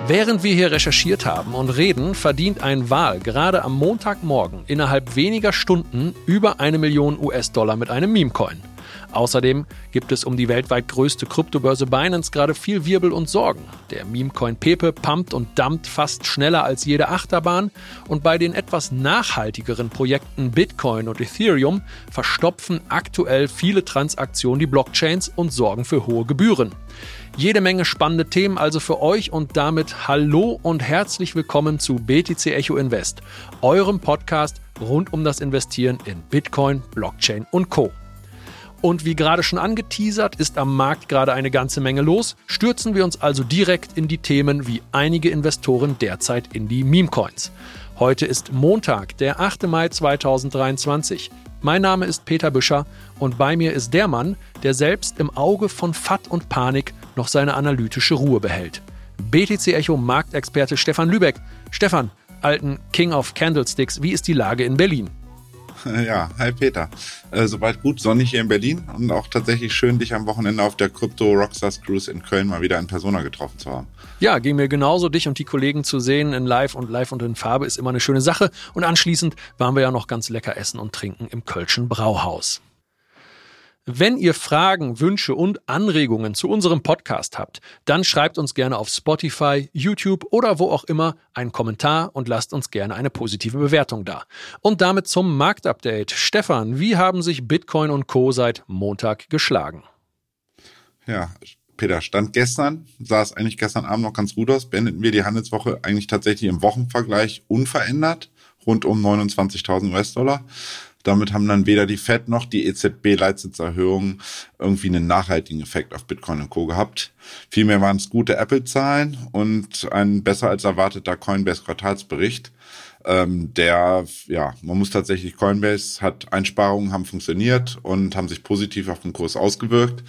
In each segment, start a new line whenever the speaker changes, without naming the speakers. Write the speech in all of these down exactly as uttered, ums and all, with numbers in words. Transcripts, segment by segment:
Während wir hier recherchiert haben und reden, verdient ein Wal gerade am Montagmorgen innerhalb weniger Stunden über eine Million U S-Dollar mit einem Meme-Coin. Außerdem gibt es um die weltweit größte Kryptobörse Binance gerade viel Wirbel und Sorgen. Der Meme-Coin Pepe pumpt und dumpt fast schneller als jede Achterbahn und bei den etwas nachhaltigeren Projekten Bitcoin und Ethereum verstopfen aktuell viele Transaktionen die Blockchains und sorgen für hohe Gebühren. Jede Menge spannende Themen also für euch und damit hallo und herzlich willkommen zu B T C Echo Invest, eurem Podcast rund um das Investieren in Bitcoin, Blockchain und Co. Und wie gerade schon angeteasert, ist am Markt gerade eine ganze Menge los. Stürzen wir uns also direkt in die Themen wie einige Investoren derzeit in die Meme-Coins. Heute ist Montag, der achte Mai zweitausenddreiundzwanzig. Mein Name ist Peter Büscher und bei mir ist der Mann, der selbst im Auge von F A T und Panik noch seine analytische Ruhe behält. B T C Echo Marktexperte Stefan Lübeck. Stefan, alten King of Candlesticks, wie ist die Lage in Berlin?
Ja, hi Peter. Äh, soweit gut, sonnig hier in Berlin und auch tatsächlich schön, dich am Wochenende auf der Crypto Rockstars Cruise in Köln mal wieder in Persona getroffen zu haben.
Ja, ging mir genauso. Dich und die Kollegen zu sehen in Live und Live und in Farbe ist immer eine schöne Sache. Und anschließend waren wir ja noch ganz lecker essen und trinken im Kölschen Brauhaus. Wenn ihr Fragen, Wünsche und Anregungen zu unserem Podcast habt, dann schreibt uns gerne auf Spotify, YouTube oder wo auch immer einen Kommentar und lasst uns gerne eine positive Bewertung da. Und damit zum Marktupdate. Stefan, wie haben sich Bitcoin und Co. seit Montag geschlagen?
Ja, Peter, Stand gestern, sah es eigentlich gestern Abend noch ganz gut aus, beendeten wir die Handelswoche eigentlich tatsächlich im Wochenvergleich unverändert, rund um neunundzwanzigtausend U S-Dollar. Damit haben dann weder die Fed noch die E Z B-Leitzinserhöhungen irgendwie einen nachhaltigen Effekt auf Bitcoin und Co. gehabt. Vielmehr waren es gute Apple-Zahlen und ein besser als erwarteter Coinbase-Quartalsbericht. Ähm, der, ja, man muss tatsächlich, Coinbase hat Einsparungen, haben funktioniert und haben sich positiv auf den Kurs ausgewirkt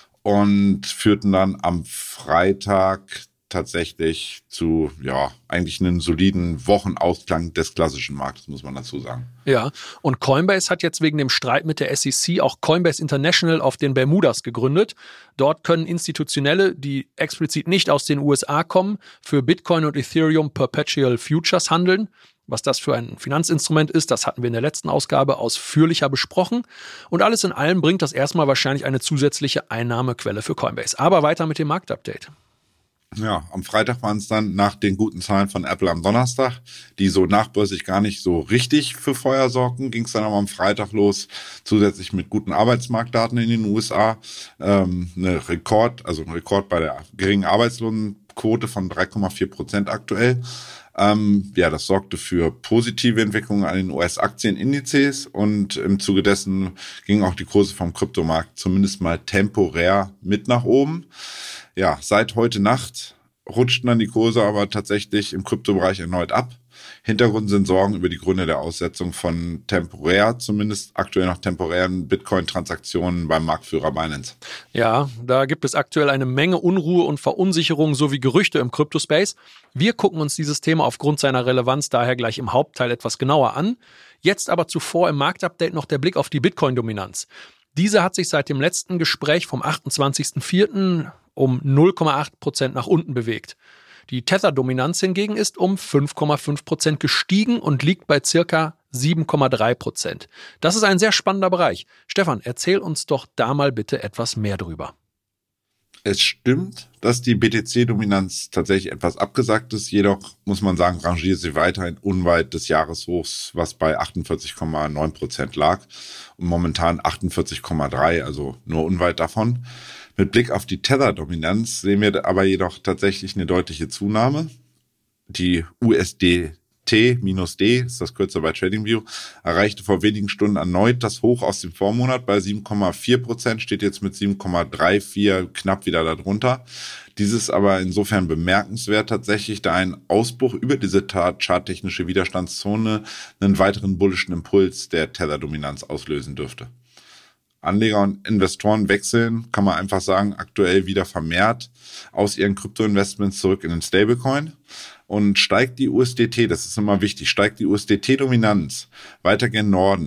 und führten dann am Freitag tatsächlich zu, ja, eigentlich einen soliden Wochenausklang des klassischen Marktes, muss man dazu sagen.
Ja, und Coinbase hat jetzt wegen dem Streit mit der S E C auch Coinbase International auf den Bermudas gegründet. Dort können Institutionelle, die explizit nicht aus den U S A kommen, für Bitcoin und Ethereum Perpetual Futures handeln. Was das für ein Finanzinstrument ist, das hatten wir in der letzten Ausgabe ausführlicher besprochen. Und alles in allem bringt das erstmal wahrscheinlich eine zusätzliche Einnahmequelle für Coinbase. Aber weiter mit dem Marktupdate.
Ja, am Freitag waren es dann nach den guten Zahlen von Apple am Donnerstag, die so nachbörslich gar nicht so richtig für Feuer sorgten, ging es dann aber am Freitag los, zusätzlich mit guten Arbeitsmarktdaten in den U S A, ähm, eine Rekord, also ein Rekord bei der geringen Arbeitslosenquote von drei Komma vier Prozent aktuell. Ähm, ja, das sorgte für positive Entwicklungen an den U S-Aktienindizes und im Zuge dessen gingen auch die Kurse vom Kryptomarkt zumindest mal temporär mit nach oben. Ja, seit heute Nacht rutschten dann die Kurse aber tatsächlich im Kryptobereich erneut ab. Hintergrund sind Sorgen über die Gründe der Aussetzung von temporär, zumindest aktuell noch temporären Bitcoin-Transaktionen beim Marktführer Binance.
Ja, da gibt es aktuell eine Menge Unruhe und Verunsicherung sowie Gerüchte im Kryptospace. Wir gucken uns dieses Thema aufgrund seiner Relevanz daher gleich im Hauptteil etwas genauer an. Jetzt aber zuvor im Marktupdate noch der Blick auf die Bitcoin-Dominanz. Diese hat sich seit dem letzten Gespräch vom achtundzwanzigsten vierten um null Komma acht Prozent nach unten bewegt. Die Tether-Dominanz hingegen ist um fünf Komma fünf Prozent gestiegen und liegt bei circa sieben Komma drei Prozent. Das ist ein sehr spannender Bereich. Stefan, erzähl uns doch da mal bitte etwas mehr drüber.
Es stimmt, dass die B T C-Dominanz tatsächlich etwas abgesackt ist, jedoch muss man sagen, rangiert sie weiterhin unweit des Jahreshochs, was bei achtundvierzig Komma neun Prozent lag und momentan achtundvierzig Komma drei, also nur unweit davon. Mit Blick auf die Tether-Dominanz sehen wir aber jedoch tatsächlich eine deutliche Zunahme. Die U S D T-D, ist das Kürzel bei TradingView, erreichte vor wenigen Stunden erneut das Hoch aus dem Vormonat bei sieben Komma vier Prozent, steht jetzt mit sieben Komma vierunddreißig knapp wieder darunter. Dies ist aber insofern bemerkenswert tatsächlich, da ein Ausbruch über diese charttechnische Widerstandszone einen weiteren bullischen Impuls der Tether-Dominanz auslösen dürfte. Anleger und Investoren wechseln, kann man einfach sagen, aktuell wieder vermehrt aus ihren Krypto-Investments zurück in den Stablecoin. Und steigt die U S D T, das ist immer wichtig, steigt die U S D T-Dominanz weiter gen Norden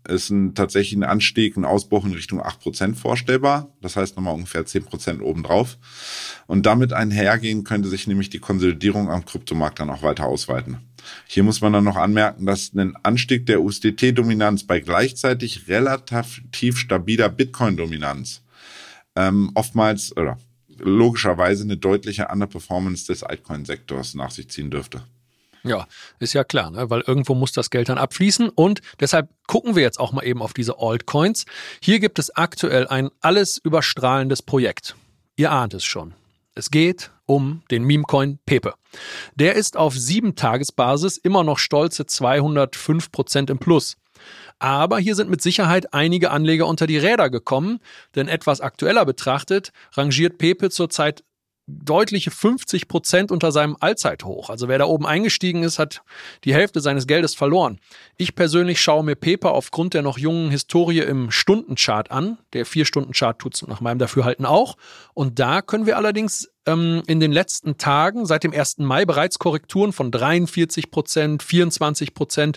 ist ein, tatsächlich ein Anstieg, ein Ausbruch in Richtung acht Prozent vorstellbar. Das heißt nochmal ungefähr zehn Prozent obendrauf. Und damit einhergehen könnte sich nämlich die Konsolidierung am Kryptomarkt dann auch weiter ausweiten. Hier muss man dann noch anmerken, dass ein Anstieg der U S D T-Dominanz bei gleichzeitig relativ stabiler Bitcoin-Dominanz ähm, oftmals oder logischerweise eine deutliche Underperformance des Altcoin-Sektors nach sich ziehen dürfte.
Ja, ist ja klar, ne? Weil irgendwo muss das Geld dann abfließen und deshalb gucken wir jetzt auch mal eben auf diese Altcoins. Hier gibt es aktuell ein alles überstrahlendes Projekt. Ihr ahnt es schon. Es geht um den Meme-Coin Pepe. Der ist auf sieben-Tages-Basis immer noch stolze zweihundertfünf Prozent im Plus. Aber hier sind mit Sicherheit einige Anleger unter die Räder gekommen, denn etwas aktueller betrachtet rangiert Pepe zurzeit deutliche fünfzig Prozent unter seinem Allzeithoch. Also wer da oben eingestiegen ist, hat die Hälfte seines Geldes verloren. Ich persönlich schaue mir Pepe aufgrund der noch jungen Historie im Stundenchart an. Der vier-Stunden-Chart tut es nach meinem Dafürhalten auch. Und da können wir allerdings ähm, in den letzten Tagen, seit dem ersten Mai, bereits Korrekturen von dreiundvierzig Prozent, vierundzwanzig Prozent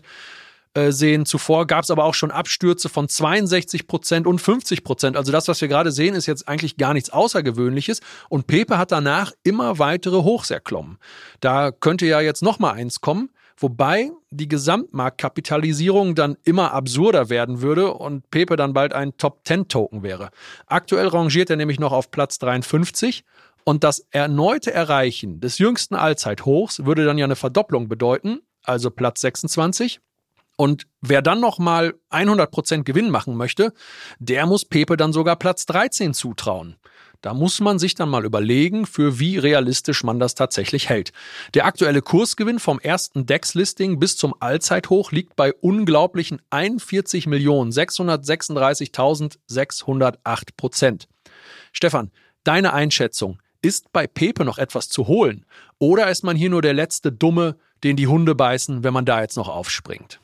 sehen. Zuvor gab es aber auch schon Abstürze von zweiundsechzig Prozent und fünfzig Prozent. Also das, was wir gerade sehen, ist jetzt eigentlich gar nichts Außergewöhnliches. Und Pepe hat danach immer weitere Hochs erklommen. Da könnte ja jetzt noch mal eins kommen, wobei die Gesamtmarktkapitalisierung dann immer absurder werden würde und Pepe dann bald ein Top zehn Token wäre. Aktuell rangiert er nämlich noch auf Platz dreiundfünfzig. Und das erneute Erreichen des jüngsten Allzeithochs würde dann ja eine Verdopplung bedeuten, also Platz sechsundzwanzig. Und wer dann nochmal hundert Prozent Gewinn machen möchte, der muss Pepe dann sogar Platz dreizehn zutrauen. Da muss man sich dann mal überlegen, für wie realistisch man das tatsächlich hält. Der aktuelle Kursgewinn vom ersten D E X-Listing bis zum Allzeithoch liegt bei unglaublichen einundvierzig Millionen sechshundertsechsunddreißigtausendsechshundertacht Prozent. Stefan, deine Einschätzung, ist bei Pepe noch etwas zu holen? Oder ist man hier nur der letzte Dumme, den die Hunde beißen, wenn man da jetzt noch aufspringt?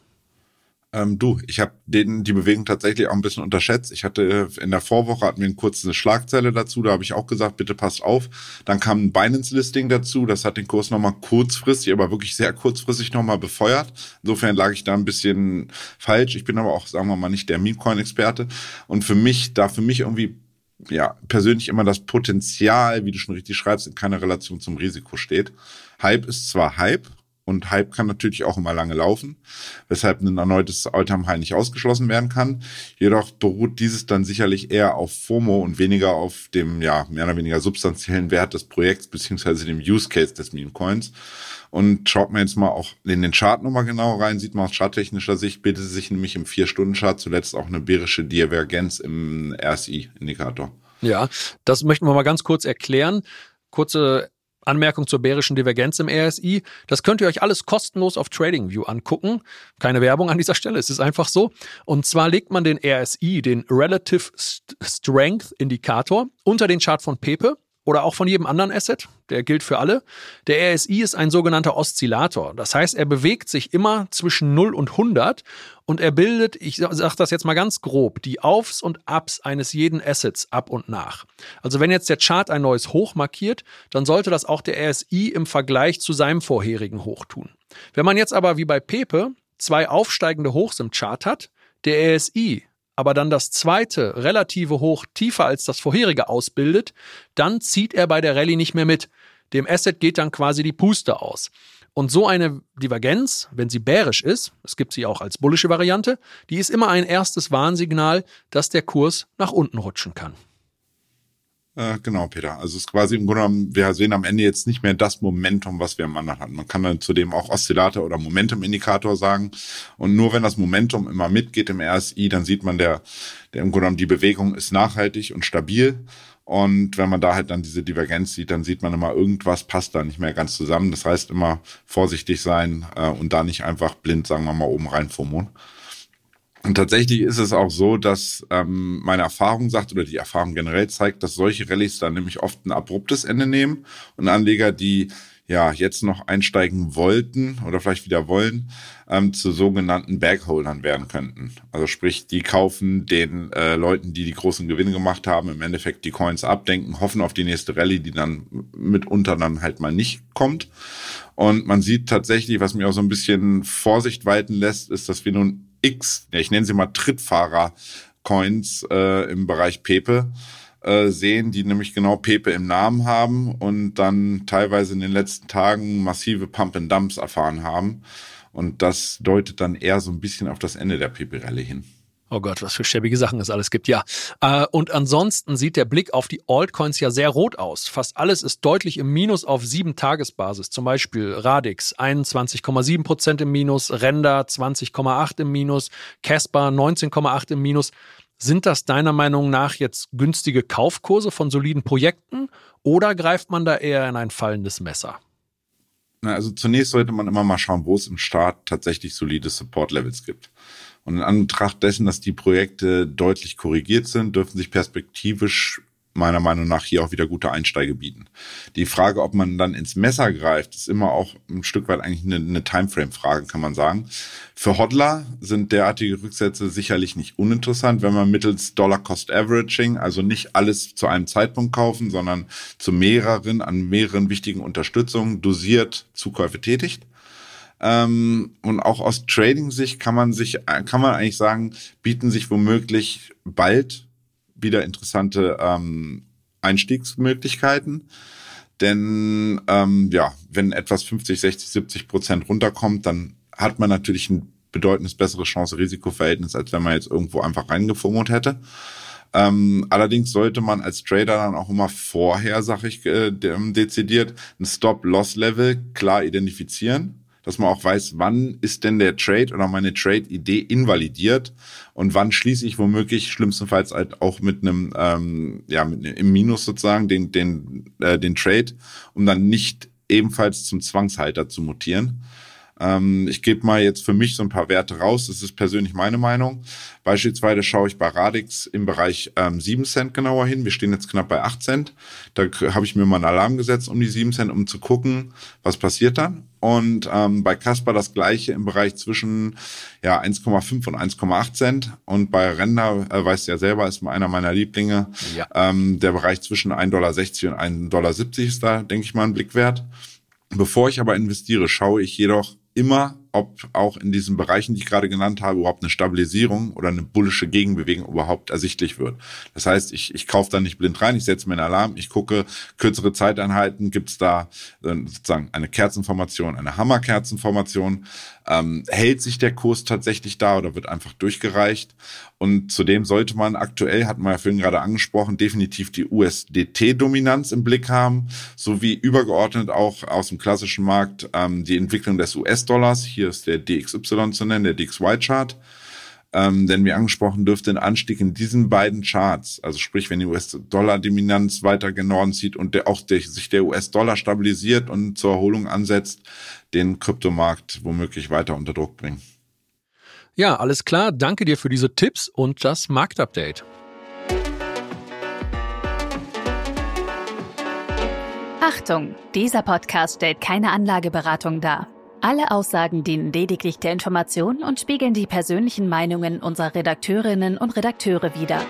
Ähm, du, ich habe den die Bewegung tatsächlich auch ein bisschen unterschätzt. Ich hatte in der Vorwoche hatten wir eine kurze Schlagzeile dazu, da habe ich auch gesagt, bitte passt auf. Dann kam ein Binance-Listing dazu, das hat den Kurs nochmal kurzfristig, aber wirklich sehr kurzfristig nochmal befeuert. Insofern lag ich da ein bisschen falsch. Ich bin aber auch, sagen wir mal, nicht der Meme-Coin-Experte. Und für mich, da für mich irgendwie ja persönlich immer das Potenzial, wie du schon richtig schreibst, in keiner Relation zum Risiko steht. Hype ist zwar Hype, und Hype kann natürlich auch immer lange laufen, weshalb ein erneutes All-Time-High nicht ausgeschlossen werden kann. Jedoch beruht dieses dann sicherlich eher auf FOMO und weniger auf dem ja mehr oder weniger substanziellen Wert des Projekts beziehungsweise dem Use-Case des Meme-Coins. Und schaut man jetzt mal auch in den Chart nochmal genau rein, sieht man aus charttechnischer Sicht, bildete sich nämlich im vier-Stunden-Chart zuletzt auch eine bärische Divergenz im R S I-Indikator.
Ja, das möchten wir mal ganz kurz erklären. Kurze Anmerkung zur bärischen Divergenz im R S I. Das könnt ihr euch alles kostenlos auf TradingView angucken. Keine Werbung an dieser Stelle, es ist einfach so. Und zwar legt man den R S I, den Relative Strength Indikator, unter den Chart von Pepe oder auch von jedem anderen Asset. Der gilt für alle. Der R S I ist ein sogenannter Oszillator. Das heißt, er bewegt sich immer zwischen null und hundert und er bildet, ich sage das jetzt mal ganz grob, die Aufs und Ups eines jeden Assets ab und nach. Also wenn jetzt der Chart ein neues Hoch markiert, dann sollte das auch der R S I im Vergleich zu seinem vorherigen Hoch tun. Wenn man jetzt aber wie bei Pepe zwei aufsteigende Hochs im Chart hat, der R S I aber dann das zweite relative Hoch tiefer als das vorherige ausbildet, dann zieht er bei der Rallye nicht mehr mit. Dem Asset geht dann quasi die Puste aus. Und so eine Divergenz, wenn sie bärisch ist, es gibt sie auch als bullische Variante, die ist immer ein erstes Warnsignal, dass der Kurs nach unten rutschen kann.
Äh, genau, Peter. Also es ist quasi im Grunde genommen, wir sehen am Ende jetzt nicht mehr das Momentum, was wir am anderen hatten. Man kann dann zudem auch Oszillator oder Momentum-Indikator sagen. Und nur wenn das Momentum immer mitgeht im R S I, dann sieht man, der, der im Grunde genommen die Bewegung ist nachhaltig und stabil. Und wenn man da halt dann diese Divergenz sieht, dann sieht man immer, irgendwas passt da nicht mehr ganz zusammen. Das heißt immer vorsichtig sein äh, und da nicht einfach blind, sagen wir mal, oben rein FOMOen. Und tatsächlich ist es auch so, dass ähm, meine Erfahrung sagt, oder die Erfahrung generell zeigt, dass solche Rallyes dann nämlich oft ein abruptes Ende nehmen und Anleger, die ja jetzt noch einsteigen wollten oder vielleicht wieder wollen, ähm, zu sogenannten Bagholdern werden könnten. Also sprich, die kaufen den äh, Leuten, die die großen Gewinne gemacht haben, im Endeffekt die Coins abdenken, hoffen auf die nächste Rallye, die dann mitunter dann halt mal nicht kommt. Und man sieht tatsächlich, was mir auch so ein bisschen Vorsicht walten lässt, ist, dass wir nun X, ja, ich nenne sie mal Trittfahrer-Coins äh, im Bereich Pepe äh, sehen, die nämlich genau Pepe im Namen haben und dann teilweise in den letzten Tagen massive Pump-and-Dumps erfahren haben. Und das deutet dann eher so ein bisschen auf das Ende der Pepe-Rallye hin.
Oh Gott, was für schäbige Sachen es alles gibt, ja. Äh, und ansonsten sieht der Blick auf die Altcoins ja sehr rot aus. Fast alles ist deutlich im Minus auf sieben Tagesbasis. Zum Beispiel Radix einundzwanzig Komma sieben Prozent im Minus, Render zwanzig Komma acht im Minus, Casper neunzehn Komma acht im Minus. Sind das deiner Meinung nach jetzt günstige Kaufkurse von soliden Projekten oder greift man da eher in ein fallendes Messer?
Na, also zunächst sollte man immer mal schauen, wo es im Start tatsächlich solide Support-Levels gibt. Und in Anbetracht dessen, dass die Projekte deutlich korrigiert sind, dürfen sich perspektivisch meiner Meinung nach hier auch wieder gute Einsteige bieten. Die Frage, ob man dann ins Messer greift, ist immer auch ein Stück weit eigentlich eine, eine Timeframe-Frage, kann man sagen. Für Hodler sind derartige Rücksätze sicherlich nicht uninteressant, wenn man mittels Dollar-Cost-Averaging, also nicht alles zu einem Zeitpunkt kaufen, sondern zu mehreren, an mehreren wichtigen Unterstützungen dosiert Zukäufe tätigt. Ähm, und auch aus Trading-Sicht kann man sich, kann man eigentlich sagen, bieten sich womöglich bald wieder interessante ähm, Einstiegsmöglichkeiten. Denn ähm, ja, wenn etwas fünfzig, sechzig, siebzig Prozent runterkommt, dann hat man natürlich ein bedeutendes besseres Chance-Risiko-Verhältnis, als wenn man jetzt irgendwo einfach reingefummelt hätte. Ähm, allerdings sollte man als Trader dann auch immer vorher, sag ich, äh, dezidiert ein Stop-Loss-Level klar identifizieren, dass man auch weiß, wann ist denn der Trade oder meine Trade-Idee invalidiert und wann schließe ich womöglich schlimmstenfalls halt auch mit einem, ähm, ja, mit einem, im Minus sozusagen den, den, äh, den Trade, um dann nicht ebenfalls zum Zwangshalter zu mutieren. Ähm, ich gebe mal jetzt für mich so ein paar Werte raus, das ist persönlich meine Meinung. Beispielsweise schaue ich bei Radix im Bereich ähm, sieben Cent genauer hin. Wir stehen jetzt knapp bei acht Cent. Da habe ich mir mal einen Alarm gesetzt um die sieben Cent, um zu gucken, was passiert dann. Und ähm, bei Casper das gleiche im Bereich zwischen ja eins Komma fünf und eins Komma acht Cent. Und bei Render, äh, weißt du ja selber, ist mal einer meiner Lieblinge. Ja. Ähm, der Bereich zwischen ein Komma sechzig Dollar und ein Komma siebzig Dollar ist da, denke ich mal, ein Blick wert. Bevor ich aber investiere, schaue ich jedoch immer, ob auch in diesen Bereichen, die ich gerade genannt habe, überhaupt eine Stabilisierung oder eine bullische Gegenbewegung überhaupt ersichtlich wird. Das heißt, ich, ich kaufe da nicht blind rein, ich setze mir einen Alarm, ich gucke kürzere Zeiteinheiten, gibt es da äh, sozusagen eine Kerzenformation, eine Hammerkerzenformation, ähm, hält sich der Kurs tatsächlich da oder wird einfach durchgereicht? Und zudem sollte man aktuell, hatten wir ja vorhin gerade angesprochen, definitiv die U S D T-Dominanz im Blick haben, sowie übergeordnet auch aus dem klassischen Markt ähm, die Entwicklung des U S-Dollars. Hier ist der D X Y zu nennen, der D X Y-Chart. Ähm, denn wie angesprochen, dürfte ein Anstieg in diesen beiden Charts, also sprich, wenn die U S-Dollar-Dominanz weiter gen Norden zieht und der, auch der, sich der U S-Dollar stabilisiert und zur Erholung ansetzt, den Kryptomarkt womöglich weiter unter Druck bringen.
Ja, alles klar. Danke dir für diese Tipps und das Marktupdate.
Achtung, dieser Podcast stellt keine Anlageberatung dar. Alle Aussagen dienen lediglich der Information und spiegeln die persönlichen Meinungen unserer Redakteurinnen und Redakteure wider.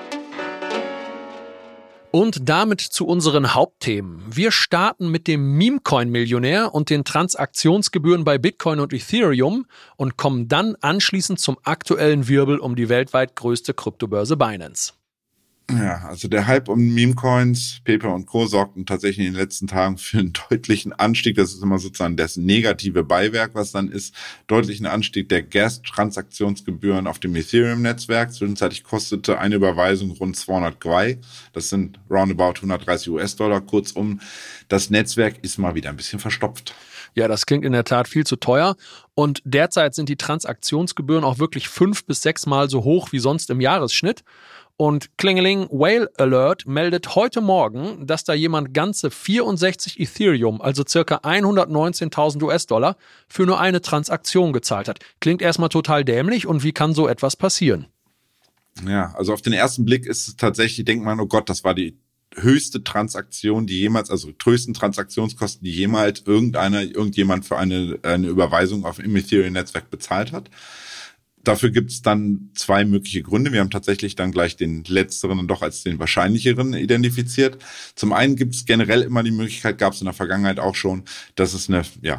Und damit zu unseren Hauptthemen. Wir starten mit dem Meme-Coin-Millionär und den Transaktionsgebühren bei Bitcoin und Ethereum und kommen dann anschließend zum aktuellen Wirbel um die weltweit größte Kryptobörse Binance.
Ja, also der Hype um Meme-Coins, Pepe und Co. sorgten tatsächlich in den letzten Tagen für einen deutlichen Anstieg. Das ist immer sozusagen das negative Beiwerk, was dann ist. Deutlichen Anstieg der Gas-Transaktionsgebühren auf dem Ethereum-Netzwerk. Zwischenzeitlich kostete eine Überweisung rund zweihundert Gwei. Das sind roundabout hundertdreißig US-Dollar. Kurzum, das Netzwerk ist mal wieder ein bisschen verstopft.
Ja, das klingt in der Tat viel zu teuer. Und derzeit sind die Transaktionsgebühren auch wirklich fünf bis sechs Mal so hoch wie sonst im Jahresschnitt. Und Klingeling Whale Alert meldet heute Morgen, dass da jemand ganze vierundsechzig Ethereum, also circa hundertneunzehntausend US-Dollar, für nur eine Transaktion gezahlt hat. Klingt erstmal total dämlich und wie kann so etwas passieren?
Ja, also auf den ersten Blick ist es tatsächlich, denkt man, oh Gott, das war die höchste Transaktion, die jemals, also größten Transaktionskosten, die jemals irgendeiner, irgendjemand für eine, eine Überweisung auf dem Ethereum-Netzwerk bezahlt hat. Dafür gibt es dann zwei mögliche Gründe. Wir haben tatsächlich dann gleich den letzteren doch als den wahrscheinlicheren identifiziert. Zum einen gibt es generell immer die Möglichkeit, gab es in der Vergangenheit auch schon, dass es eine ja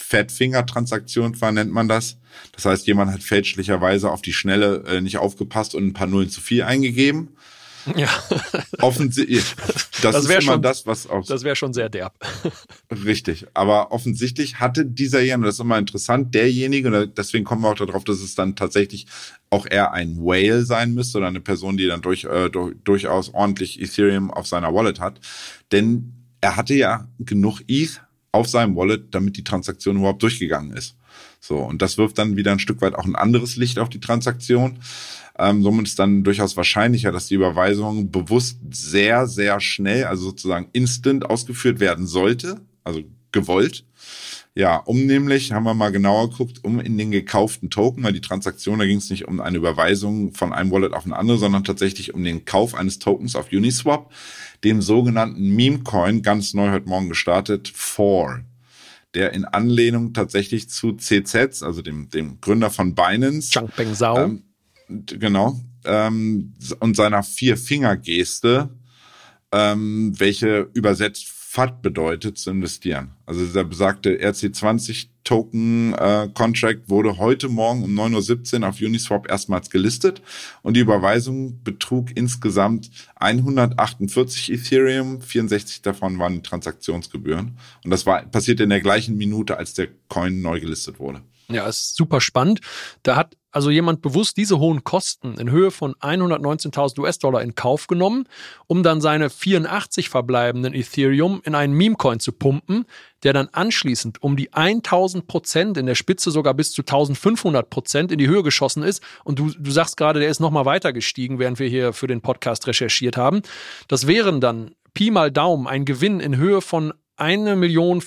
Fat-Finger-Transaktion war, nennt man das. Das heißt, jemand hat fälschlicherweise auf die Schnelle äh, nicht aufgepasst und ein paar Nullen zu viel eingegeben.
Ja.
Offensichtlich. Das, das ist immer
schon,
das, was auch.
Das wäre schon sehr derb.
Richtig. Aber offensichtlich hatte dieser, das ist immer interessant, derjenige, und deswegen kommen wir auch darauf, dass es dann tatsächlich auch eher ein Whale sein müsste oder eine Person, die dann durch, äh, durch, durchaus ordentlich Ethereum auf seiner Wallet hat. Denn er hatte ja genug E T H auf seinem Wallet, damit die Transaktion überhaupt durchgegangen ist. So, und das wirft dann wieder ein Stück weit auch ein anderes Licht auf die Transaktion. Ähm, somit ist dann durchaus wahrscheinlicher, dass die Überweisung bewusst sehr, sehr schnell, also sozusagen instant ausgeführt werden sollte, also gewollt. Ja, um nämlich, haben wir mal genauer geguckt, um in den gekauften Token, weil die Transaktion, da ging es nicht um eine Überweisung von einem Wallet auf ein anderes, sondern tatsächlich um den Kauf eines Tokens auf Uniswap, dem sogenannten Meme-Coin, ganz neu heute Morgen gestartet, Four, der in Anlehnung tatsächlich zu C Z, also dem, dem Gründer von Binance,
Changpeng Zhao,
ähm, genau, ähm, und seiner Vier-Finger-Geste, ähm, welche übersetzt F A T bedeutet, zu investieren. Also der besagte R C zwanzig Token äh, Contract wurde heute Morgen um neun Uhr siebzehn auf Uniswap erstmals gelistet und die Überweisung betrug insgesamt hundertachtundvierzig Ethereum, vierundsechzig davon waren Transaktionsgebühren und das war passiert in der gleichen Minute, als der Coin neu gelistet wurde.
Ja, ist super spannend. Da hat also jemand bewusst diese hohen Kosten in Höhe von hundertneunzehntausend US-Dollar in Kauf genommen, um dann seine vierundachtzig verbleibenden Ethereum in einen Meme-Coin zu pumpen, der dann anschließend um die tausend Prozent, in der Spitze sogar bis zu eintausendfünfhundert Prozent in die Höhe geschossen ist. Und du, du sagst gerade, der ist nochmal weiter gestiegen, während wir hier für den Podcast recherchiert haben. Das wären dann Pi mal Daumen ein Gewinn in Höhe von eine Million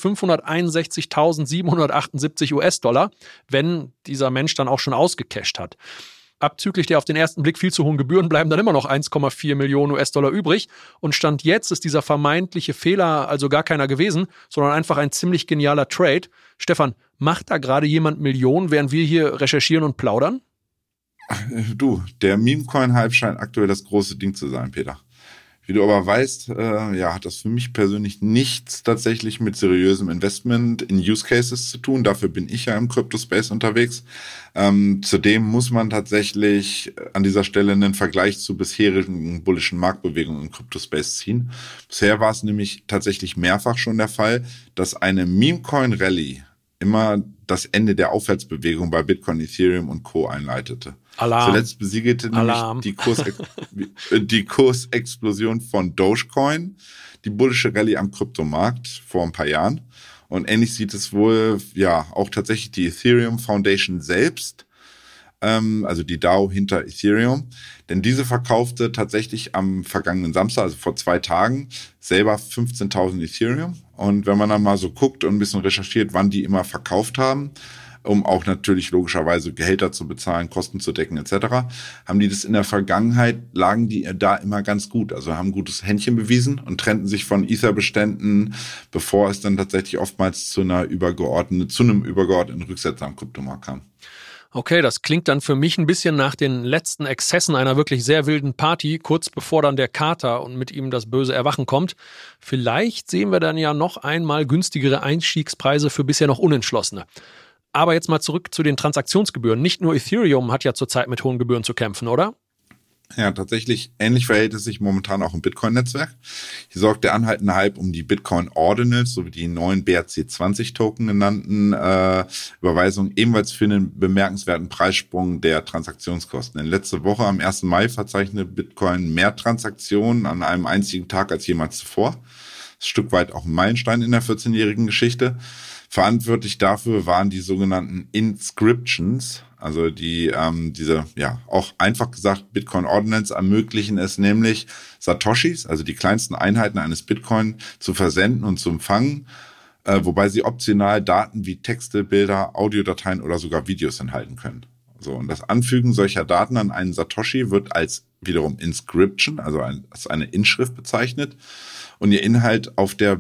fünfhunderteinundsechzigtausendsiebenhundertachtundsiebzig US-Dollar, wenn dieser Mensch dann auch schon ausgecasht hat. Abzüglich der auf den ersten Blick viel zu hohen Gebühren bleiben dann immer noch eins Komma vier Millionen US-Dollar übrig. Und Stand jetzt ist dieser vermeintliche Fehler also gar keiner gewesen, sondern einfach ein ziemlich genialer Trade. Stefan, macht da gerade jemand Millionen, während wir hier recherchieren und plaudern?
Du, der Meme-Coin-Hype scheint aktuell das große Ding zu sein, Peter. Wie du aber weißt, äh, ja, hat das für mich persönlich nichts tatsächlich mit seriösem Investment in Use Cases zu tun. Dafür bin ich ja im Crypto-Space unterwegs. Ähm, zudem muss man tatsächlich an dieser Stelle einen Vergleich zu bisherigen bullischen Marktbewegungen im Crypto-Space ziehen. Bisher war es nämlich tatsächlich mehrfach schon der Fall, dass eine Meme-Coin-Rallye immer das Ende der Aufwärtsbewegung bei Bitcoin, Ethereum und Co. einleitete.
Alarm.
Zuletzt besiegelte
Alarm.
nämlich die, Kursex- die Kursexplosion von Dogecoin die bullische Rallye am Kryptomarkt vor ein paar Jahren. Und ähnlich sieht es wohl ja auch tatsächlich die Ethereum Foundation selbst, ähm, also die DAO hinter Ethereum. Denn diese verkaufte tatsächlich am vergangenen Samstag, also vor zwei Tagen, selber fünfzehntausend Ethereum. Und wenn man dann mal so guckt und ein bisschen recherchiert, wann die immer verkauft haben, um auch natürlich logischerweise Gehälter zu bezahlen, Kosten zu decken et cetera, haben die das in der Vergangenheit, lagen die da immer ganz gut. Also haben ein gutes Händchen bewiesen und trennten sich von Ether-Beständen, bevor es dann tatsächlich oftmals zu einer übergeordneten, zu einem übergeordneten Rücksetzer am Kryptomarkt kam.
Okay, das klingt dann für mich ein bisschen nach den letzten Exzessen einer wirklich sehr wilden Party, kurz bevor dann der Kater und mit ihm das böse Erwachen kommt. Vielleicht sehen wir dann ja noch einmal günstigere Einstiegspreise für bisher noch Unentschlossene. Aber jetzt mal zurück zu den Transaktionsgebühren. Nicht nur Ethereum hat ja zurzeit mit hohen Gebühren zu kämpfen, oder?
Ja, tatsächlich ähnlich verhält es sich momentan auch im Bitcoin-Netzwerk. Hier sorgt der anhaltende Hype um die Bitcoin-Ordinals sowie die neuen B R C zwanzig Token genannten äh, Überweisungen ebenfalls für einen bemerkenswerten Preissprung der Transaktionskosten. In letzter Woche am ersten Mai verzeichnete Bitcoin mehr Transaktionen an einem einzigen Tag als jemals zuvor. Das ist ein Stück weit auch ein Meilenstein in der vierzehnjährigen Geschichte. Verantwortlich dafür waren die sogenannten Inscriptions, also die ähm, diese, ja, auch einfach gesagt Bitcoin Ordinals ermöglichen es nämlich Satoshis, also die kleinsten Einheiten eines Bitcoin, zu versenden und zu empfangen, äh, wobei sie optional Daten wie Texte, Bilder, Audiodateien oder sogar Videos enthalten können. So, und das Anfügen solcher Daten an einen Satoshi wird als wiederum Inscription, also ein, als eine Inschrift bezeichnet und ihr Inhalt auf der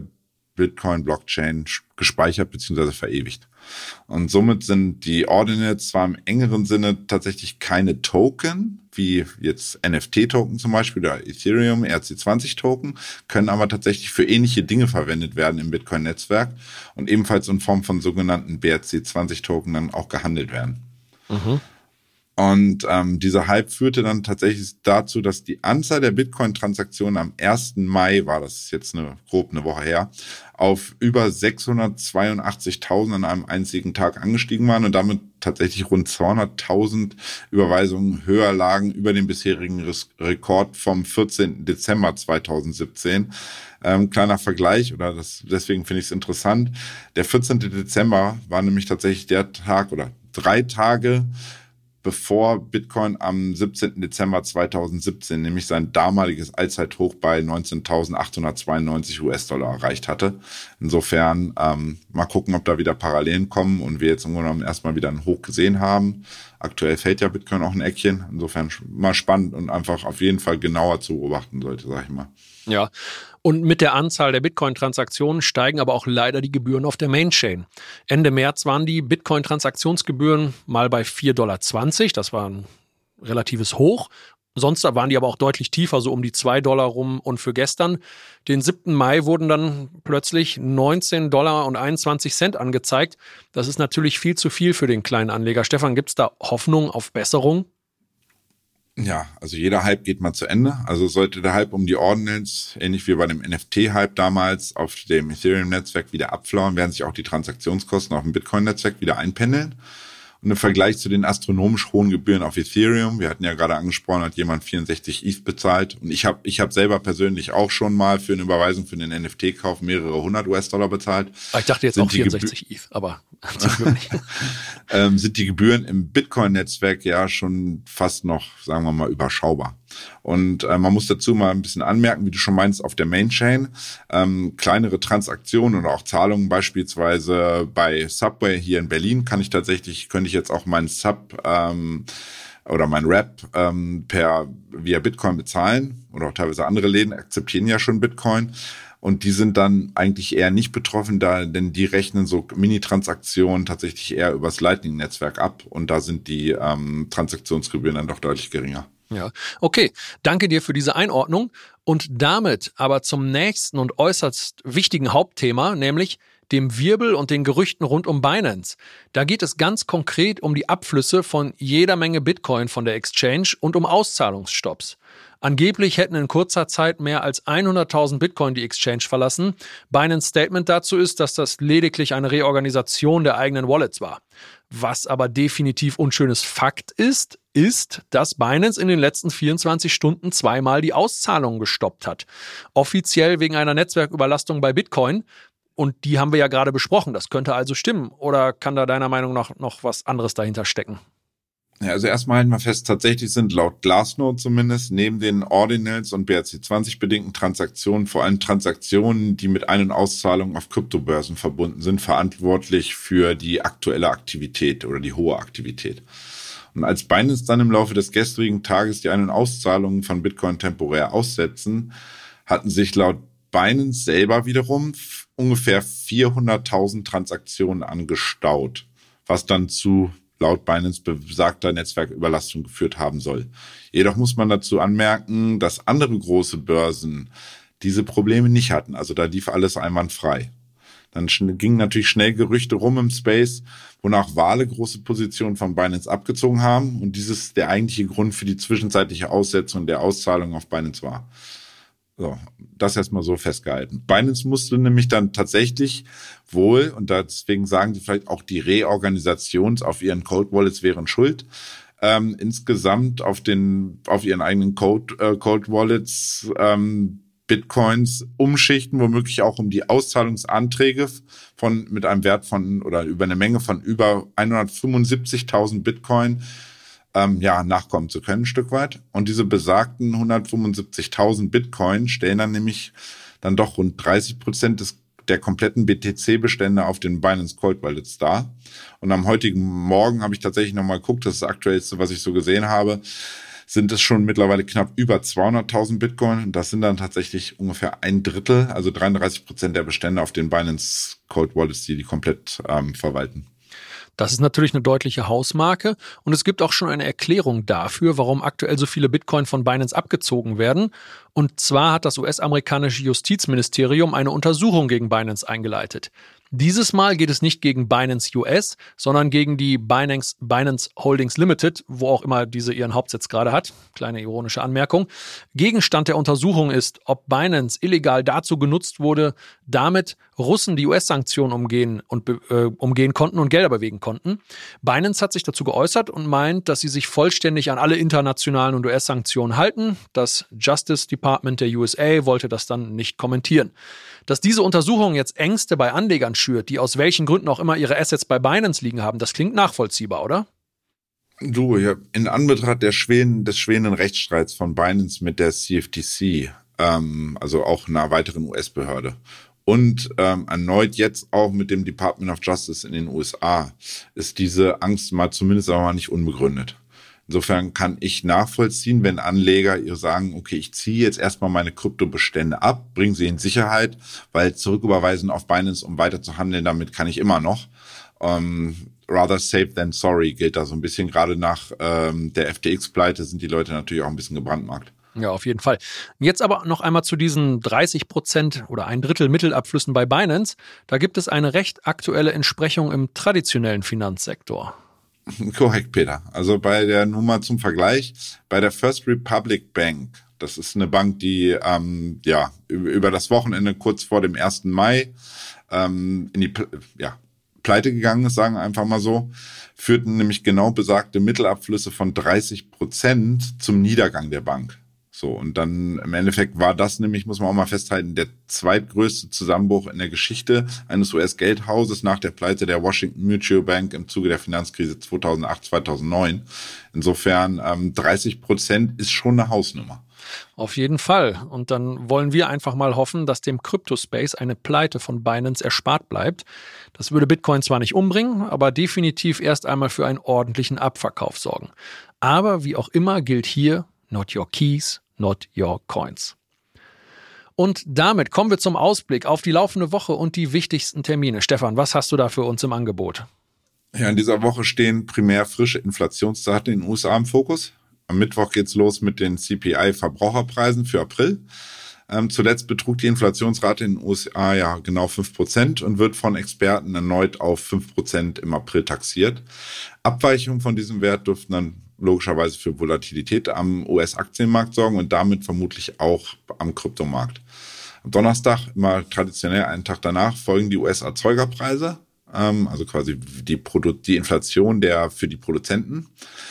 Bitcoin-Blockchain gespeichert bzw. verewigt. Und somit sind die Ordinals zwar im engeren Sinne tatsächlich keine Token, wie jetzt N F T-Token zum Beispiel oder Ethereum, E R C zwanzig Token, können aber tatsächlich für ähnliche Dinge verwendet werden im Bitcoin-Netzwerk und ebenfalls in Form von sogenannten B R C zwanzig Token dann auch gehandelt werden. Mhm. Und ähm, dieser Hype führte dann tatsächlich dazu, dass die Anzahl der Bitcoin-Transaktionen am ersten Mai, war das ist jetzt eine, grob eine Woche her, auf über sechshundertzweiundachtzigtausend an einem einzigen Tag angestiegen waren und damit tatsächlich rund zweihunderttausend Überweisungen höher lagen über den bisherigen Rekord vom vierzehnten Dezember zweitausendsiebzehn. Ähm, kleiner Vergleich, oder das, deswegen finde ich es interessant. Der vierzehnte Dezember war nämlich tatsächlich der Tag oder drei Tage, bevor Bitcoin am siebzehnten Dezember zweitausendsiebzehn nämlich sein damaliges Allzeithoch bei neunzehntausendachthundertzweiundneunzig US-Dollar erreicht hatte. Insofern ähm, mal gucken, ob da wieder Parallelen kommen und wir jetzt im Grunde genommen erstmal wieder ein Hoch gesehen haben. Aktuell fällt ja Bitcoin auch ein Eckchen. Insofern mal spannend und einfach auf jeden Fall genauer zu beobachten sollte, sag ich mal.
Ja, und mit der Anzahl der Bitcoin-Transaktionen steigen aber auch leider die Gebühren auf der Mainchain. Ende März waren die Bitcoin-Transaktionsgebühren mal bei vier Dollar zwanzig, das war ein relatives Hoch. Sonst waren die aber auch deutlich tiefer, so um die zwei Dollar rum. Und für gestern, den siebten Mai, wurden dann plötzlich neunzehn Dollar und einundzwanzig Cent angezeigt. Das ist natürlich viel zu viel für den kleinen Anleger. Stefan, gibt es da Hoffnung auf Besserung?
Ja, also jeder Hype geht mal zu Ende. Also sollte der Hype um die Ordinals, ähnlich wie bei dem N F T-Hype damals, auf dem Ethereum-Netzwerk wieder abflauen, werden sich auch die Transaktionskosten auf dem Bitcoin-Netzwerk wieder einpendeln. Und im Vergleich zu den astronomisch hohen Gebühren auf Ethereum, wir hatten ja gerade angesprochen, hat jemand vierundsechzig E T H bezahlt. Und ich habe ich hab selber persönlich auch schon mal für eine Überweisung für den N F T-Kauf mehrere hundert US-Dollar bezahlt.
Ich dachte jetzt sind auch vierundsechzig E T H, aber zum Glück nicht.
ähm, sind die Gebühren im Bitcoin-Netzwerk ja schon fast noch, sagen wir mal, überschaubar. Und äh, man muss dazu mal ein bisschen anmerken, wie du schon meinst, auf der Mainchain, ähm, kleinere Transaktionen oder auch Zahlungen beispielsweise bei Subway hier in Berlin kann ich tatsächlich, könnte ich jetzt auch meinen Sub ähm, oder mein Wrap ähm, per via Bitcoin bezahlen oder auch teilweise andere Läden akzeptieren ja schon Bitcoin. Und die sind dann eigentlich eher nicht betroffen, da, denn die rechnen so Mini-Transaktionen tatsächlich eher übers Lightning-Netzwerk ab und da sind die ähm, Transaktionsgebühren dann doch deutlich geringer.
Ja, okay. Danke dir für diese Einordnung. Und damit aber zum nächsten und äußerst wichtigen Hauptthema, nämlich dem Wirbel und den Gerüchten rund um Binance. Da geht es ganz konkret um die Abflüsse von jeder Menge Bitcoin von der Exchange und um Auszahlungsstopps. Angeblich hätten in kurzer Zeit mehr als hunderttausend Bitcoin die Exchange verlassen. Binance Statement dazu ist, dass das lediglich eine Reorganisation der eigenen Wallets war. Was aber definitiv unschönes Fakt ist, ist, dass Binance in den letzten vierundzwanzig Stunden zweimal die Auszahlungen gestoppt hat. Offiziell wegen einer Netzwerküberlastung bei Bitcoin. Und die haben wir ja gerade besprochen. Das könnte also stimmen. Oder kann da deiner Meinung nach noch was anderes dahinter stecken?
Ja, also erstmal halten wir fest, tatsächlich sind laut Glassnode zumindest neben den Ordinals und B R C zwanzig bedingten Transaktionen vor allem Transaktionen, die mit Ein- und Auszahlungen auf Kryptobörsen verbunden sind, verantwortlich für die aktuelle Aktivität oder die hohe Aktivität. Und als Binance dann im Laufe des gestrigen Tages die Ein- und Auszahlungen von Bitcoin temporär aussetzen, hatten sich laut Binance selber wiederum ungefähr vierhunderttausend Transaktionen angestaut, was dann zu laut Binance besagter Netzwerküberlastung geführt haben soll. Jedoch muss man dazu anmerken, dass andere große Börsen diese Probleme nicht hatten. Also da lief alles einwandfrei. Dann gingen natürlich schnell Gerüchte rum im Space, wonach Wale große Positionen von Binance abgezogen haben und dieses der eigentliche Grund für die zwischenzeitliche Aussetzung der Auszahlung auf Binance war. So, das erstmal so festgehalten. Binance musste nämlich dann tatsächlich wohl, und deswegen sagen sie vielleicht auch die Reorganisations auf ihren Cold Wallets wären schuld, ähm, insgesamt auf den auf ihren eigenen Code, äh, Cold Wallets ähm, Bitcoins umschichten, womöglich auch um die Auszahlungsanträge von mit einem Wert von oder über eine Menge von über hundertfünfundsiebzigtausend Bitcoin Ähm, ja, nachkommen zu können, ein Stück weit. Und diese besagten hundertfünfundsiebzigtausend Bitcoin stellen dann nämlich dann doch rund dreißig Prozent des, der kompletten B T C-Bestände auf den Binance Cold Wallets dar. Und am heutigen Morgen habe ich tatsächlich nochmal geguckt, das ist das Aktuellste, was ich so gesehen habe, sind es schon mittlerweile knapp über zweihunderttausend Bitcoin. Und das sind dann tatsächlich ungefähr ein Drittel, also dreiunddreißig Prozent der Bestände auf den Binance Cold Wallets, die die komplett ähm, verwalten.
Das ist natürlich eine deutliche Hausmarke und es gibt auch schon eine Erklärung dafür, warum aktuell so viele Bitcoin von Binance abgezogen werden. Und zwar hat das U S-amerikanische Justizministerium eine Untersuchung gegen Binance eingeleitet. Dieses Mal geht es nicht gegen Binance U S, sondern gegen die Binance, Binance Holdings Limited, wo auch immer diese ihren Hauptsitz gerade hat. Kleine ironische Anmerkung. Gegenstand der Untersuchung ist, ob Binance illegal dazu genutzt wurde, damit Russen die U S-Sanktionen umgehen und äh, umgehen konnten und Gelder bewegen konnten. Binance hat sich dazu geäußert und meint, dass sie sich vollständig an alle internationalen und U S-Sanktionen halten. Das Justice Department der U S A wollte das dann nicht kommentieren. Dass diese Untersuchung jetzt Ängste bei Anlegern schürt, die aus welchen Gründen auch immer ihre Assets bei Binance liegen haben, das klingt nachvollziehbar, oder?
Du, ja, in Anbetracht der schwelen, des schwelenden Rechtsstreits von Binance mit der C F T C, ähm, also auch einer weiteren U S-Behörde, und ähm, erneut jetzt auch mit dem Department of Justice in den U S A, ist diese Angst mal zumindest aber mal nicht unbegründet. Insofern kann ich nachvollziehen, wenn Anleger ihr sagen, okay, ich ziehe jetzt erstmal meine Kryptobestände ab, bringe sie in Sicherheit, weil zurücküberweisen auf Binance, um weiter zu handeln, damit kann ich immer noch. Um, rather safe than sorry gilt da so ein bisschen. Gerade nach ähm, der F T X-Pleite sind die Leute natürlich auch ein bisschen gebrandmarkt.
Ja, auf jeden Fall. Jetzt aber noch einmal zu diesen dreißig Prozent oder ein Drittel Mittelabflüssen bei Binance. Da gibt es eine recht aktuelle Entsprechung im traditionellen Finanzsektor.
Korrekt, Peter. Also bei der Nummer zum Vergleich, bei der First Republic Bank, das ist eine Bank, die ähm, ja über das Wochenende kurz vor dem ersten Mai ähm, in die ja, Pleite gegangen ist, sagen wir einfach mal so, führten nämlich genau besagte Mittelabflüsse von dreißig Prozent zum Niedergang der Bank. So, und dann im Endeffekt war das nämlich, muss man auch mal festhalten, der zweitgrößte Zusammenbruch in der Geschichte eines U S-Geldhauses nach der Pleite der Washington Mutual Bank im Zuge der Finanzkrise zweitausendacht, zweitausendneun. Insofern ähm, dreißig Prozent ist schon eine Hausnummer.
Auf jeden Fall. Und dann wollen wir einfach mal hoffen, dass dem Crypto-Space eine Pleite von Binance erspart bleibt. Das würde Bitcoin zwar nicht umbringen, aber definitiv erst einmal für einen ordentlichen Abverkauf sorgen. Aber wie auch immer gilt hier, not your keys, not your coins. Und damit kommen wir zum Ausblick auf die laufende Woche und die wichtigsten Termine. Stefan, was hast du da für uns im Angebot?
Ja, in dieser Woche stehen primär frische Inflationsdaten in den U S A im Fokus. Am Mittwoch geht's los mit den C P I-Verbraucherpreisen für April. Ähm, zuletzt betrug die Inflationsrate in den U S A ja genau fünf Prozent und wird von Experten erneut auf fünf Prozent im April taxiert. Abweichungen von diesem Wert dürften dann logischerweise für Volatilität am U S-Aktienmarkt sorgen und damit vermutlich auch am Kryptomarkt. Am Donnerstag, immer traditionell einen Tag danach, folgen die U S-Erzeugerpreise, ähm, also quasi die, Produ- die Inflation der für die Produzenten.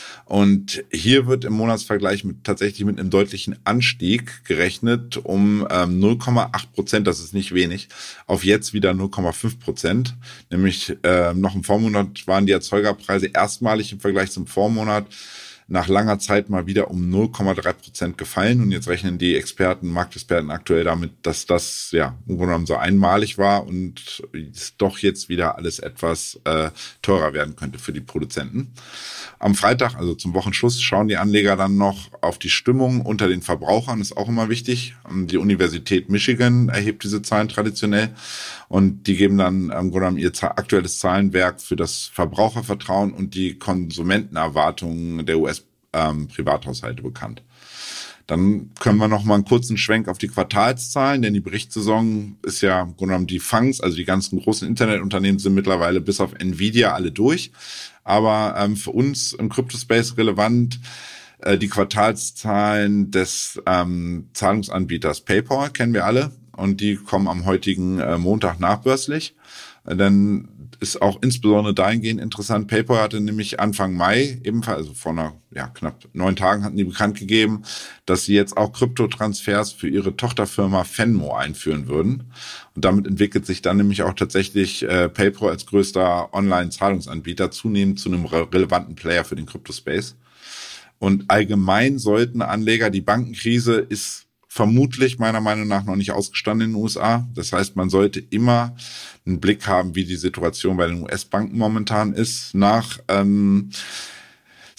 Und hier wird im Monatsvergleich mit, tatsächlich mit einem deutlichen Anstieg gerechnet um ähm, null Komma acht Prozent, das ist nicht wenig, auf jetzt wieder null Komma fünf Prozent. Nämlich äh, noch im Vormonat waren die Erzeugerpreise erstmalig im Vergleich zum Vormonat nach langer Zeit mal wieder um null Komma drei Prozent gefallen. Und jetzt rechnen die Experten, Marktexperten aktuell damit, dass das ja im Grunde genommen so einmalig war und es doch jetzt wieder alles etwas äh, teurer werden könnte für die Produzenten. Am Freitag, also zum Wochenschluss, schauen die Anleger dann noch auf die Stimmung unter den Verbrauchern, ist auch immer wichtig. Die Universität Michigan erhebt diese Zahlen traditionell und die geben dann im Grunde genommen ihr aktuelles Zahlenwerk für das Verbrauchervertrauen und die Konsumentenerwartungen der U S Ähm, Privathaushalte bekannt. Dann können wir noch mal einen kurzen Schwenk auf die Quartalszahlen, denn die Berichtssaison ist ja im Grunde genommen die Fangs, also die ganzen großen Internetunternehmen sind mittlerweile bis auf Nvidia alle durch. Aber ähm, für uns im Crypto-Space relevant äh, die Quartalszahlen des ähm, Zahlungsanbieters PayPal, kennen wir alle. Und die kommen am heutigen äh, Montag nachbörslich. Äh, dann ist auch insbesondere dahingehend interessant. PayPal hatte nämlich Anfang Mai ebenfalls, also vor einer, ja, knapp neun Tagen hatten die bekannt gegeben, dass sie jetzt auch Kryptotransfers für ihre Tochterfirma Venmo einführen würden. Und damit entwickelt sich dann nämlich auch tatsächlich äh, PayPal als größter Online-Zahlungsanbieter zunehmend zu einem re- relevanten Player für den Kryptospace. Und allgemein sollten Anleger, die Bankenkrise ist vermutlich meiner Meinung nach noch nicht ausgestanden in den U S A. Das heißt, man sollte immer einen Blick haben, wie die Situation bei den U S-Banken momentan ist. Nach ähm,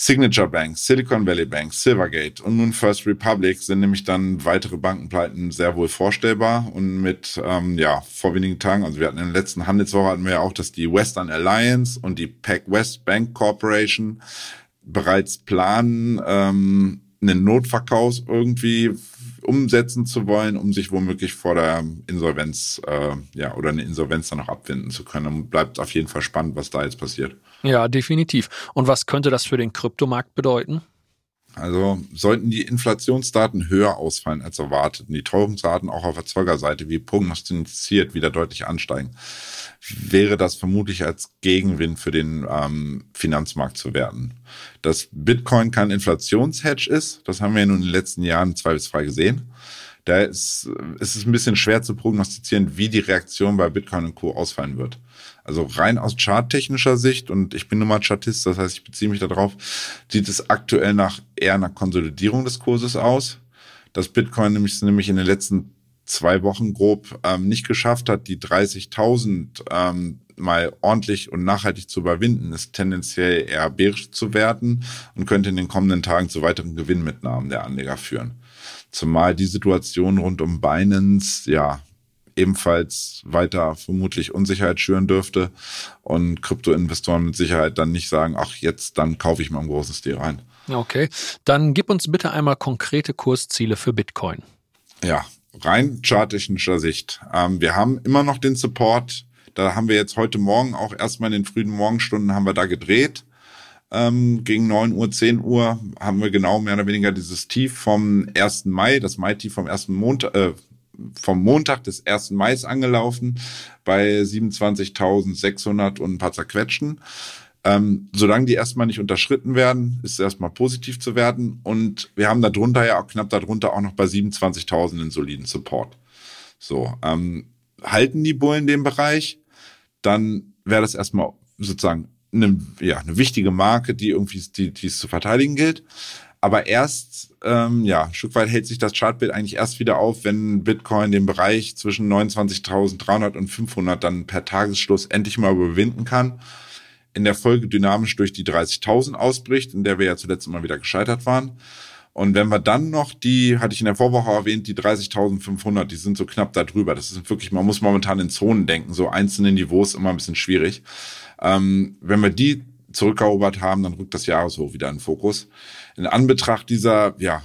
Signature Bank, Silicon Valley Bank, Silvergate und nun First Republic sind nämlich dann weitere Bankenpleiten sehr wohl vorstellbar. Und mit, ähm, ja, vor wenigen Tagen, also wir hatten in der letzten Handelswoche hatten wir ja auch, dass die Western Alliance und die PacWest Bank Corporation bereits planen, ähm, einen Notverkauf irgendwie umsetzen zu wollen, um sich womöglich vor der Insolvenz, äh, ja, oder eine Insolvenz dann noch abwenden zu können. Und bleibt auf jeden Fall spannend, was da jetzt passiert.
Ja, definitiv. Und was könnte das für den Kryptomarkt bedeuten?
Also sollten die Inflationsdaten höher ausfallen als erwartet und die Teuerungsraten auch auf Erzeugerseite wie prognostiziert wieder deutlich ansteigen, wäre das vermutlich als Gegenwind für den ähm, Finanzmarkt zu werten. Dass Bitcoin kein Inflationshedge ist, das haben wir ja nun in den letzten Jahren zweifelsfrei gesehen. Da ist, ist es ein bisschen schwer zu prognostizieren, wie die Reaktion bei Bitcoin und Co. ausfallen wird. Also rein aus charttechnischer Sicht, und ich bin nun mal Chartist, das heißt, ich beziehe mich darauf, sieht es aktuell nach eher einer Konsolidierung des Kurses aus. Dass Bitcoin nämlich, nämlich in den letzten zwei Wochen grob ähm, nicht geschafft hat, die dreißigtausend ähm, mal ordentlich und nachhaltig zu überwinden, ist tendenziell eher bärisch zu werten und könnte in den kommenden Tagen zu weiteren Gewinnmitnahmen der Anleger führen. Zumal die Situation rund um Binance, ja, ebenfalls weiter vermutlich Unsicherheit schüren dürfte und Kryptoinvestoren mit Sicherheit dann nicht sagen, ach jetzt, dann kaufe ich mal ein großes Stil rein.
Okay, dann gib uns bitte einmal konkrete Kursziele für Bitcoin.
Ja, rein charttechnischer Sicht. Ähm, wir haben immer noch den Support, da haben wir jetzt heute Morgen auch erstmal in den frühen Morgenstunden haben wir da gedreht. Ähm, gegen neun Uhr, zehn Uhr haben wir genau mehr oder weniger dieses Tief vom ersten Mai, das Mai-Tief vom ersten Montag, äh, vom Montag des ersten Mai angelaufen bei siebenundzwanzigtausendsechshundert und ein paar zerquetschten. Ähm, solange die erstmal nicht unterschritten werden, ist es erstmal positiv zu werten. Und wir haben da drunter ja auch knapp darunter auch noch bei siebenundzwanzigtausend einen soliden Support. So, ähm, halten die Bullen den Bereich, dann wäre das erstmal sozusagen eine, ja, eine wichtige Marke, die irgendwie die, die es zu verteidigen gilt. Aber erst, ähm, ja, ein Stück weit hält sich das Chartbild eigentlich erst wieder auf, wenn Bitcoin den Bereich zwischen neunundzwanzigtausenddreihundert und fünfhundert dann per Tagesschluss endlich mal überwinden kann. In der Folge dynamisch durch die dreißigtausend ausbricht, in der wir ja zuletzt immer wieder gescheitert waren. Und wenn wir dann noch die, hatte ich in der Vorwoche erwähnt, die dreißigtausendfünfhundert, die sind so knapp da drüber. Das ist wirklich, man muss momentan in Zonen denken, so einzelne Niveaus immer ein bisschen schwierig. Ähm, wenn wir die zurückerobert haben, dann rückt das Jahreshoch wieder in den Fokus. In Anbetracht dieser, ja,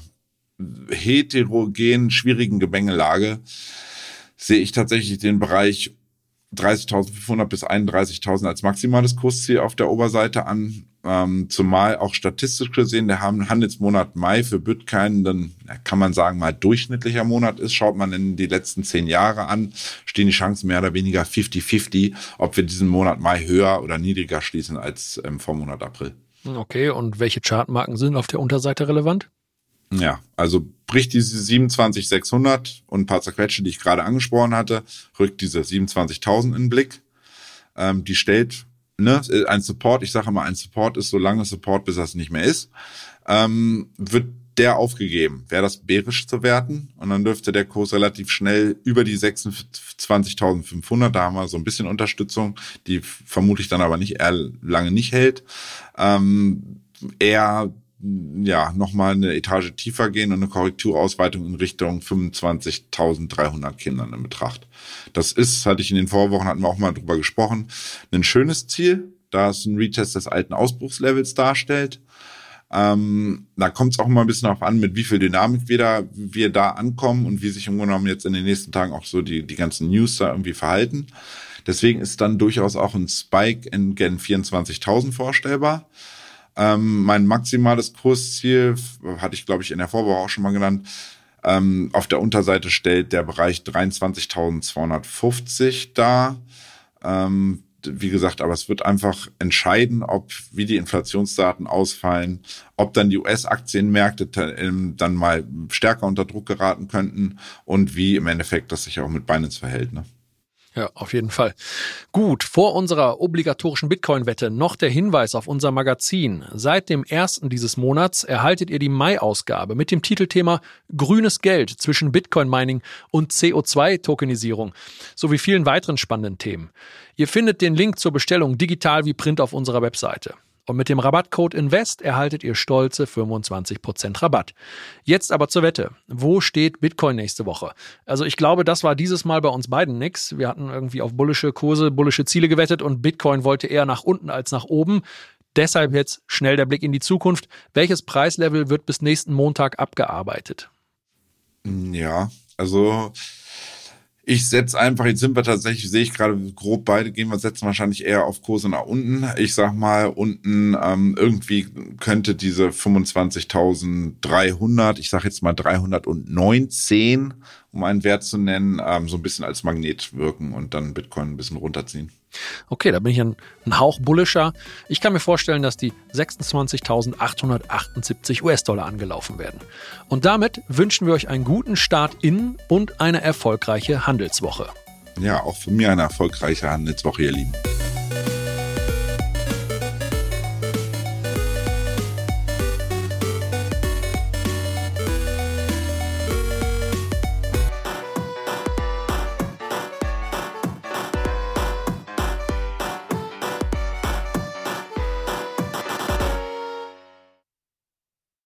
heterogenen, schwierigen Gemengelage sehe ich tatsächlich den Bereich dreißigtausendfünfhundert bis einunddreißigtausend als maximales Kursziel auf der Oberseite an. Ähm, zumal auch statistisch gesehen der Handelsmonat Mai für Bitcoin dann, kann man sagen, mal durchschnittlicher Monat ist. Schaut man in die letzten zehn Jahre an, stehen die Chancen mehr oder weniger fifty fifty, ob wir diesen Monat Mai höher oder niedriger schließen als im Vormonat April.
Okay, und welche Chartmarken sind auf der Unterseite relevant?
Ja, also bricht diese siebenundzwanzigsechshundert und ein paar zerquetsche, die ich gerade angesprochen hatte, rückt diese siebenundzwanzigtausend in den Blick. Ähm, die stellt ne, ein Support, ich sage immer, ein Support ist so lange Support, bis das nicht mehr ist, ähm, wird der aufgegeben, wäre das bärisch zu werten und dann dürfte der Kurs relativ schnell über die sechsundzwanzigtausendfünfhundert, da haben wir so ein bisschen Unterstützung, die vermutlich dann aber nicht eher lange nicht hält, ähm, eher ja nochmal eine Etage tiefer gehen und eine Korrekturausweitung in Richtung fünfundzwanzigtausenddreihundert Kindern in Betracht. Das ist, hatte ich in den Vorwochen, hatten wir auch mal drüber gesprochen, ein schönes Ziel, da es ein Retest des alten Ausbruchslevels darstellt. Ähm, da kommt es auch mal ein bisschen darauf an, mit wie viel Dynamik wir da, wir da ankommen und wie sich im Grunde genommen jetzt in den nächsten Tagen auch so die, die ganzen News da irgendwie verhalten. Deswegen ist dann durchaus auch ein Spike in gen vierundzwanzigtausend vorstellbar. Ähm, mein maximales Kursziel, hatte ich glaube ich in der Vorwoche auch schon mal genannt, ähm, auf der Unterseite stellt der Bereich dreiundzwanzigtausendzweihundertfünfzig dar. Ähm, Wie gesagt, aber es wird einfach entscheiden, ob, wie die Inflationsdaten ausfallen, ob dann die U S-Aktienmärkte dann mal stärker unter Druck geraten könnten und wie im Endeffekt das sich auch mit Binance verhält, ne?
Ja, auf jeden Fall. Gut, vor unserer obligatorischen Bitcoin-Wette noch der Hinweis auf unser Magazin. Seit dem ersten dieses Monats erhaltet ihr die Mai-Ausgabe mit dem Titelthema Grünes Geld zwischen Bitcoin-Mining und C O zwei Tokenisierung sowie vielen weiteren spannenden Themen. Ihr findet den Link zur Bestellung digital wie Print auf unserer Webseite. Und mit dem Rabattcode INVEST erhaltet ihr stolze fünfundzwanzig Prozent Rabatt. Jetzt aber zur Wette. Wo steht Bitcoin nächste Woche? Also ich glaube, das war dieses Mal bei uns beiden nix. Wir hatten irgendwie auf bullische Kurse, bullische Ziele gewettet und Bitcoin wollte eher nach unten als nach oben. Deshalb jetzt schnell der Blick in die Zukunft. Welches Preislevel wird bis nächsten Montag abgearbeitet?
Ja, also ich setze einfach, jetzt sind wir tatsächlich, sehe ich gerade grob beide, gehen wir setzen wahrscheinlich eher auf Kurse nach unten. Ich sag mal, unten ähm, irgendwie könnte diese fünfundzwanzigtausenddreihundert, ich sage jetzt mal dreihundertneunzehn, um einen Wert zu nennen, ähm, so ein bisschen als Magnet wirken und dann Bitcoin ein bisschen runterziehen.
Okay, da bin ich ein, ein Hauch bullischer. Ich kann mir vorstellen, dass die sechsundzwanzigtausendachthundertachtundsiebzig US-Dollar angelaufen werden. Und damit wünschen wir euch einen guten Start in und eine erfolgreiche Handelswoche.
Ja, auch von mir eine erfolgreiche Handelswoche, ihr Lieben.